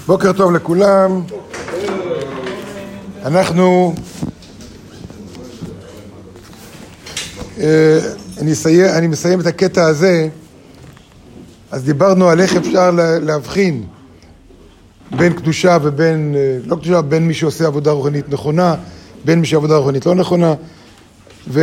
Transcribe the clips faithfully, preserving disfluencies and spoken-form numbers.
בוקר טוב לכולם. אנחנו אני מסיים, אני מסיים את הקטע הזה. אז דיברנו על איך אפשר להבחין בין קדושה ובין, לא קדושה, בין מי שעושה עבודה רוחנית נכונה, בין מי שעבודה רוחנית לא נכונה. ו...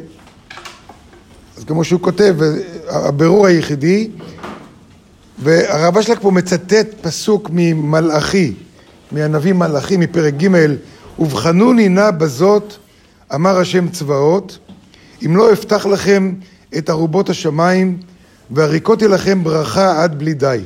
אז כמו שהוא כותב, הבירור היחידי, והרב אשלג פה מצטט פסוק ממלאכי, מהנביא מלאכי, מפרק ג', ובחנוני נא בזאת, אמר השם צבאות, אם לא אפתח לכם את ארובות השמיים, והריקותי לכם ברכה עד בלי די.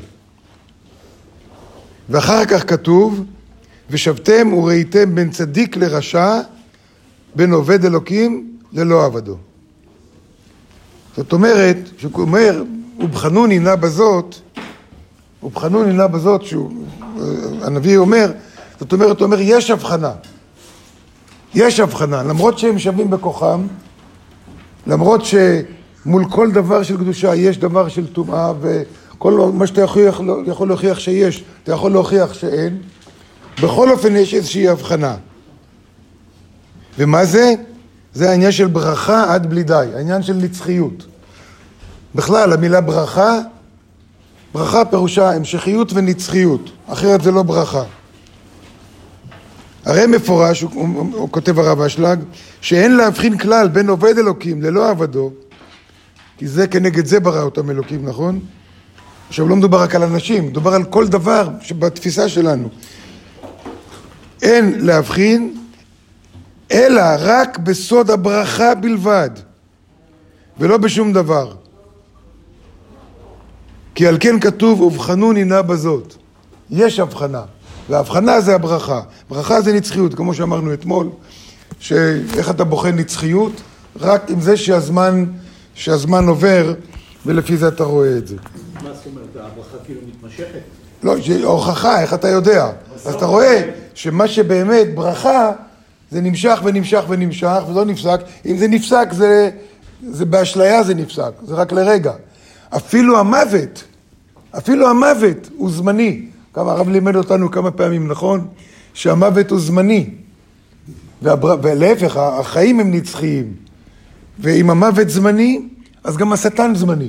ואחר כך כתוב, ושבתם וראיתם בין צדיק לרשע, בין עובד אלוקים ללא עבדו. זאת אומרת, שהוא אומר, ובחנוני נא בזאת, ובחנוני נא בזאת, שהוא, הנביא אומר, זאת אומרת, הוא אומר, יש הבחנה. יש הבחנה, למרות שהם שווים בכוחם, למרות שמול כל דבר של קדושה יש דבר של טומאה, וכל מה שאתה יכול, יכול להוכיח שיש, אתה יכול להוכיח שאין, בכל אופן יש איזושהי הבחנה. ומה זה? זה העניין של ברכה עד בלי די, העניין של נצחיות. בכלל, המילה ברכה, ברכה פירושה המשכיות ונצחיות, אחרת זה לא ברכה. הרי מפורש, הוא, הוא, הוא כותב הרב אשלג, שאין להבחין כלל בין עובד אלוקים ללא עבדו, כי זה כנגד זה ברא אותם אלוקים, נכון? עכשיו לא מדובר רק על אנשים, מדובר על כל דבר שבתפיסה שלנו. אין להבחין, אלא רק בסוד הברכה בלבד, ולא בשום דבר. כי על כן כתוב, ובחנוני נא בזאת. יש הבחנה, וההבחנה זה הברכה. ברכה זה נצחיות, כמו שאמרנו אתמול, שאיך אתה בוחן נצחיות? רק עם זה שהזמן, שהזמן עובר, ולפי זה אתה רואה את זה. מה זאת אומרת? הברכה כאילו מתמשכת? לא, הוכחה, איך אתה יודע? אז אתה רואה שמה שבאמת ברכה, זה נמשך ונמשך ונמשך, ולא נפסק. אם זה נפסק, זה, זה באשליה זה נפסק, זה רק לרגע. אפילו המוות, אפילו המוות הוא זמני. כמה הרב לימד אותנו כמה פעמים, נכון? שהמוות הוא זמני. והבר... ולהפך, החיים הם נצחיים. ואם המוות זמני, אז גם השטן זמני.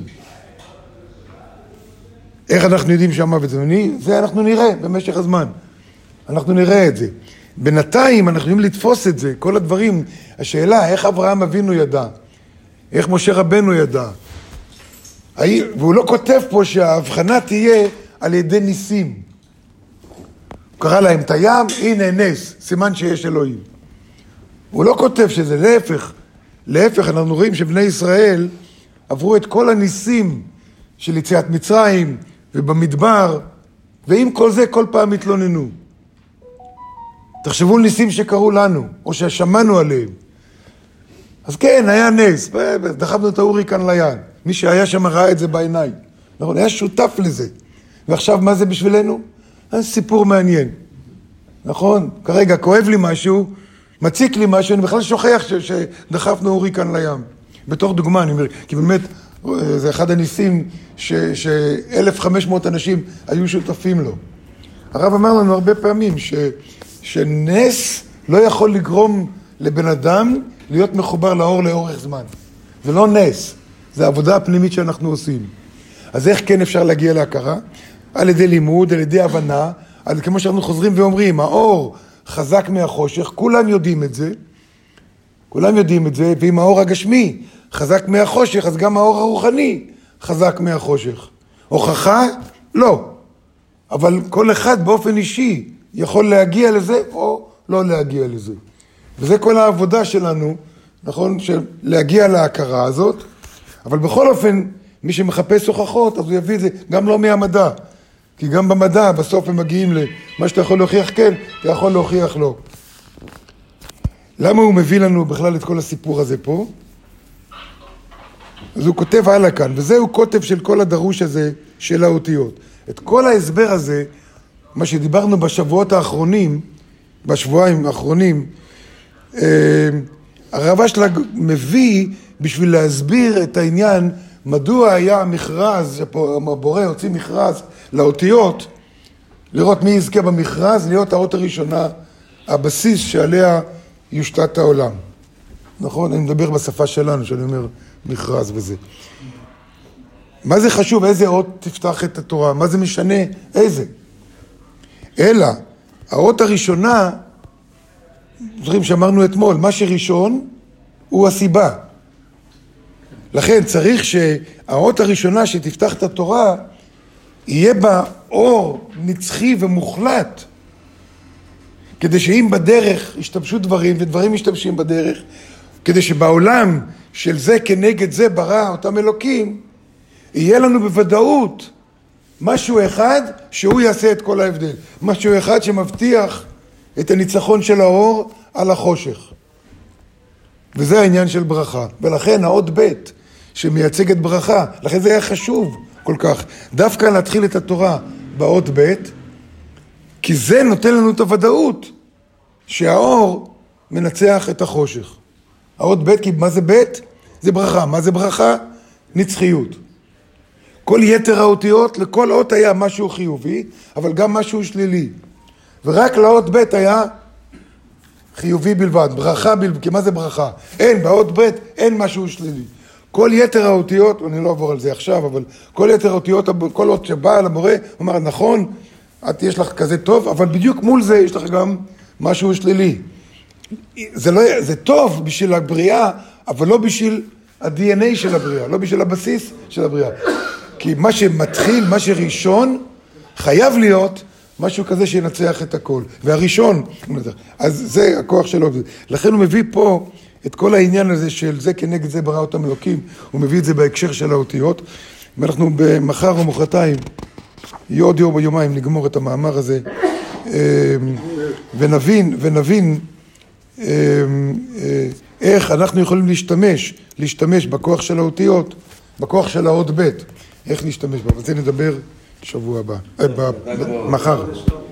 איך אנחנו יודעים שהמוות זמני? זה אנחנו נראה במשך הזמן. אנחנו נראה את זה. בינתיים אנחנו יכולים לתפוס את זה, כל הדברים. השאלה, איך אברהם אבינו ידע? איך משה רבנו ידע? והוא לא כותב פה שההבחנה תהיה על ידי ניסים. הוא קרא להם את הים, הנה נס, סימן שיש אלוהים. הוא לא כותב שזה, להפך. להפך, אנחנו רואים שבני ישראל עברו את כל הניסים של יציאת מצרים ובמדבר, ועם כל זה כל פעם התלוננו. תחשבו ניסים שקראו לנו, או ששמענו עליהם. אז כן, היה נס, דחפנו את ההוריקן לים. מי שהיה שם ראה את זה בעיניים. נכון, היה שותף לזה. ועכשיו מה זה בשבילנו? זה סיפור מעניין. נכון? כרגע כואב לי משהו, מציק לי משהו, אני בכלל שוכח ש- שדחפנו הוריקן לים. בתור דוגמה, אני אומר, כי באמת זה אחד הניסים ש- ש-אלף וחמש מאות אנשים היו שותפים לו. הרב אמר לנו הרבה פעמים ש- שנס לא יכול לגרום לבן אדם להיות מחובר לאור לאורך זמן. זה לא נס, זה העבודה הפנימית שאנחנו עושים. אז איך כן אפשר להגיע להכרה? על ידי לימוד, על ידי הבנה, על כמו שאנחנו חוזרים ואומרים, האור חזק מהחושך, כולם יודעים את זה, כולם יודעים את זה, ואם האור הגשמי חזק מהחושך, אז גם האור הרוחני חזק מהחושך. הוכחה? לא. אבל כל אחד באופן אישי יכול להגיע לזה או לא להגיע לזה. וזה כל העבודה שלנו, נכון? של להגיע להכרה הזאת, אבל בכל אופן, מי שמחפש הוכחות, אז הוא יביא את זה גם לא מהמדע. כי גם במדע, בסוף הם מגיעים למה שאתה יכול להוכיח כן, אתה יכול להוכיח לא. למה הוא מביא לנו בכלל את כל הסיפור הזה פה? אז הוא כותב הלאה כאן, וזהו כותב של כל הדרוש הזה של האותיות. את כל ההסבר הזה, מה שדיברנו בשבועות האחרונים, בשבועיים האחרונים, הרב אשלג מביא בשביל להסביר את העניין מדוע היה מכרז, הבורא הוציא מכרז לאותיות, לראות מי יזכה במכרז, להיות האות הראשונה, הבסיס שעליה יושתת העולם. נכון? אני מדבר בשפה שלנו, שאני אומר מכרז וזה. מה זה חשוב? איזה אות תפתח את התורה? מה זה משנה? איזה? אלא, האות הראשונה, דברים שאמרנו אתמול, מה שראשון הוא הסיבה. לכן צריך שהאות הראשונה שתפתח את התורה, יהיה בה אור נצחי ומוחלט, כדי שאם בדרך ישתמשו דברים, ודברים משתמשים בדרך, כדי שבעולם של זה כנגד זה ברא אותם אלוקים, יהיה לנו בוודאות משהו אחד שהוא יעשה את כל ההבדל. משהו אחד שמבטיח את הניצחון של האור על החושך. וזה העניין של ברכה. ולכן האות ב' שמייצגת ברכה, לכן זה היה חשוב כל כך. דווקא להתחיל את התורה באות ב', כי זה נותן לנו את הוודאות שהאור מנצח את החושך. האות ב', כי מה זה ב'? זה ברכה. מה זה ברכה? נצחיות. כל יתר האותיות, לכל אות היה משהו חיובי, אבל גם משהו שלילי. ורק לאות ב' היה חיובי בלבד, ברכה בלבד. כי מה זה ברכה? אין, באות ב' אין משהו שלילי. כל יתר האותיות, אני לא אעבור על זה עכשיו, אבל כל יתר האותיות, כל אות שבא על המורה, הוא אומר, נכון, את יש לך כזה טוב, אבל בדיוק מול זה יש לך גם משהו שלילי. זה, לא, זה טוב בשביל הבריאה, אבל לא בשביל ה-די אן איי של הבריאה, לא בשביל הבסיס של הבריאה. כי מה שמתחיל, מה שראשון, חייב להיות משהו כזה שינצח את הכל. והראשון, אז זה הכוח שלו. לכן הוא מביא פה את כל העניין הזה של זה כנגד זה ברא אותם אלוקים, הוא מביא את זה בהקשר של האותיות. ואנחנו במחר או מחרתיים, יהיה עוד יום או יומיים נגמור את המאמר הזה, ונבין, ונבין איך אנחנו יכולים להשתמש, להשתמש בכוח של האותיות, בכוח של האות ב', איך להשתמש בה. וזה נדבר שבוע הבא, מחר.